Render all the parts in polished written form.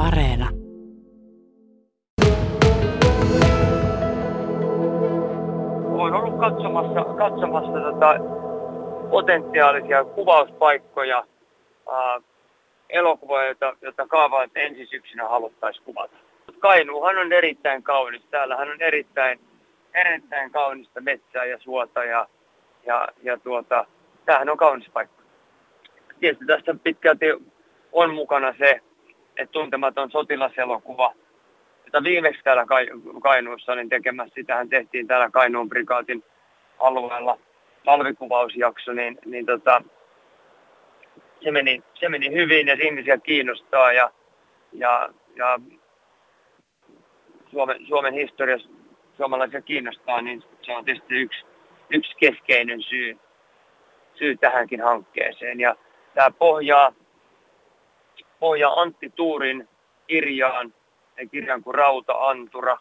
Areena. Olen ollut katsomassa potentiaalisia kuvauspaikkoja, elokuvia, joita kaavaat ensi syksynä haluttaisiin kuvata. Kainuuhan on erittäin kaunis. Täällähän on erittäin kaunista metsää ja suota ja tämähän on kaunis paikka. Tietysti tässä pitkälti on mukana se, että Tuntematon sotilaselokuva, jota viimeksi täällä Kainuussa olin tekemässä, sitähän tehtiin täällä Kainuun prikaatin alueella talvikuvausjakso, niin se meni hyvin ja ihmisiä kiinnostaa ja Suomen historiassa suomalaisia kiinnostaa, niin se on tietysti yksi keskeinen syy tähänkin hankkeeseen. Ja tämä pohjaa Antti Tuurin kirjaan kuin Rauta-antura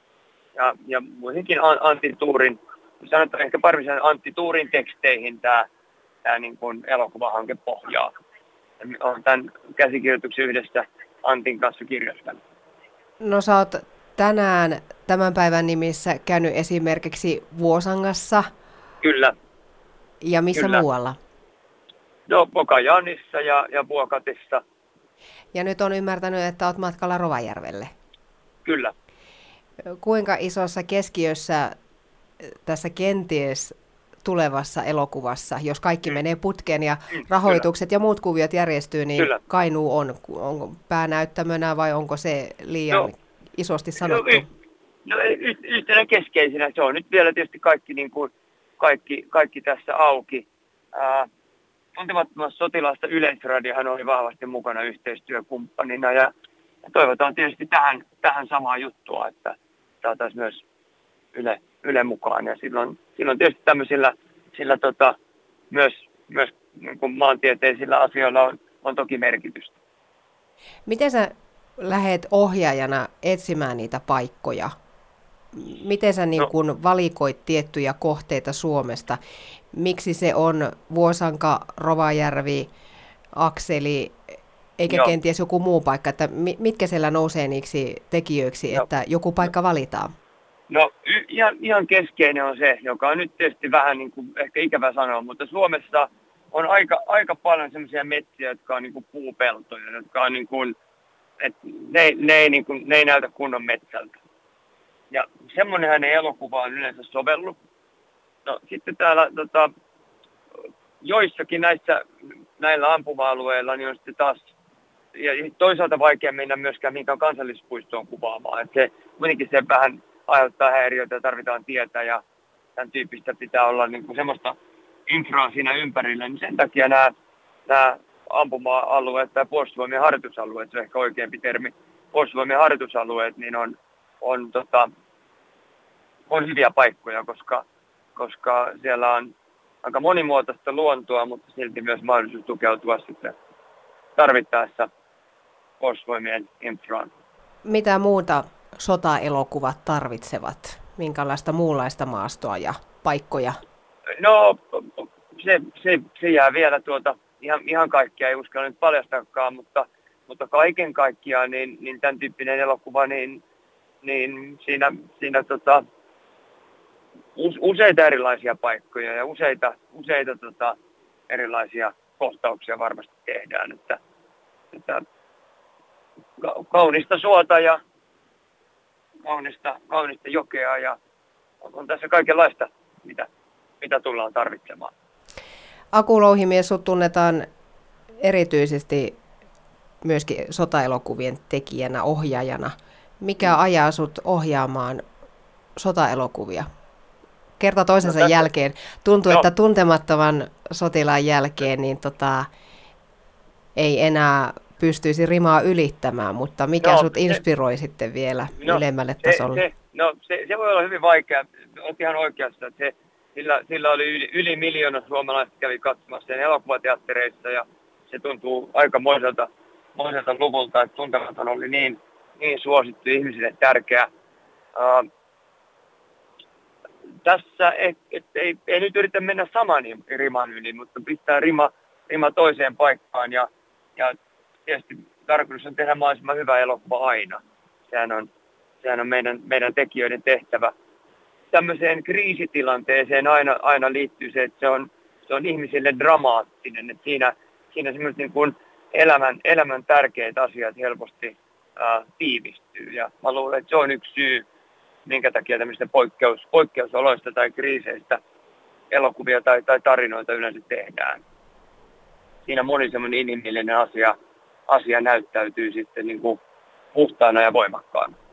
ja muihinkin Antti Tuurin, sanotaan ehkä paremmin Antti Tuurin teksteihin tämä niin kuin elokuvahanke pohjaa. Olen tämän käsikirjoituksen yhdessä Antin kanssa kirjoittanut. No sä oot tänään tämän päivän nimissä käynyt esimerkiksi Vuosangassa. Kyllä. Ja missä Kyllä. muualla? No Pokajanissa ja Vuokatissa. Ja nyt on ymmärtänyt, että oot matkalla Rovajärvelle. Kyllä. Kuinka isossa keskiössä tässä kenties tulevassa elokuvassa, jos kaikki menee putkeen ja rahoitukset Kyllä. ja muut kuviot järjestyy, niin Kyllä. Kainuu on päänäyttämönä vai onko se liian isosti sanottu? Yhtenä keskeisenä se on nyt vielä tietysti kaikki, niin kuin, kaikki tässä auki. Tuntemattomassa sotilaasta Yleisradiohan oli vahvasti mukana yhteistyökumppanina ja toivotaan tietysti tähän samaa juttua, että saataisiin myös Yle mukaan ja silloin tietysti tämmöisillä myös niin kuin maantieteisillä asioilla on toki merkitystä. Miten sä lähdet ohjaajana etsimään niitä paikkoja? Miten sä niin kun valikoit tiettyjä kohteita Suomesta? Miksi se on Vuosanka, Rovajärvi, Akseli, eikä kenties joku muu paikka? Että mitkä siellä nousee niiksi tekijöiksi, että joku paikka valitaan? No ihan keskeinen on se, joka on nyt tietysti vähän niin kuin ehkä ikävä sanoa, mutta Suomessa on aika paljon semmoisia metsiä, jotka on niin kuin puupeltoja, jotka on niin kuin, että ne ei näytä kunnon metsältä. Ja semmoinenhän ei elokuvaan yleensä sovellu. No sitten täällä joissakin näillä ampuma-alueilla niin on sitten taas, ja toisaalta vaikea mennä myöskään minkään kansallispuistoon kuvaamaan. Että se kuitenkin se vähän aiheuttaa häiriöitä ja tarvitaan tietä ja tämän tyyppistä pitää olla niin kuin semmoista infraa siinä ympärillä. Niin sen takia nämä ampuma-alueet tai puolustusvoimien harjoitusalueet, se on ehkä oikeampi termi, puolustusvoimien harjoitusalueet, niin on hyviä paikkoja, koska siellä on aika monimuotoista luontoa, mutta silti myös mahdollisuus tukeutua sitten tarvittaessa puolustusvoimien infraan. Mitä muuta sotaelokuvat tarvitsevat? Minkälaista muunlaista maastoa ja paikkoja? No se jää vielä ihan kaikkea ei uskalla nyt paljastakaan, mutta kaiken kaikkiaan niin tämän tyyppinen elokuva niin siinä useita erilaisia paikkoja ja useita erilaisia kohtauksia varmasti tehdään, että kaunista suota ja kaunista jokea ja on tässä kaikenlaista, mitä tullaan tarvitsemaan. Aku Louhimies, sut tunnetaan erityisesti myöskin sotaelokuvien tekijänä, ohjaajana. Mikä ajaa sut ohjaamaan sotaelokuvia? Kerta toisensa jälkeen. Tuntuu, että Tuntemattoman sotilaan jälkeen niin ei enää pystyisi rimaa ylittämään, mutta mikä sut inspiroi sitten vielä ylemmälle tasolle? Se voi olla hyvin vaikea. Olet ihan oikeassa, että sillä oli yli 1 miljoona suomalaista kävi katsomassa sen elokuvateattereissa ja se tuntuu aikamoiselta luvulta, että Tuntematon oli niin suosittu ihmisille tärkeä. Tässä ei nyt yritä mennä saman riman yli, mutta pistää rima toiseen paikkaan ja tietysti tarkoitus on tehdä mahdollisimman hyvä elokuva aina. Sehän on meidän tekijöiden tehtävä. Tämmöiseen kriisitilanteeseen aina liittyy se, että se on ihmisille dramaattinen. Että siinä semmoiset niin kuin elämän tärkeät asiat helposti tiivistyy. Ja mä luulen, että se on yksi syy, minkä takia tämmöistä poikkeusoloista tai kriiseistä elokuvia tai tarinoita yleensä tehdään. Siinä moni semmoinen inhimillinen asia näyttäytyy sitten niin kuin puhtaana ja voimakkaana.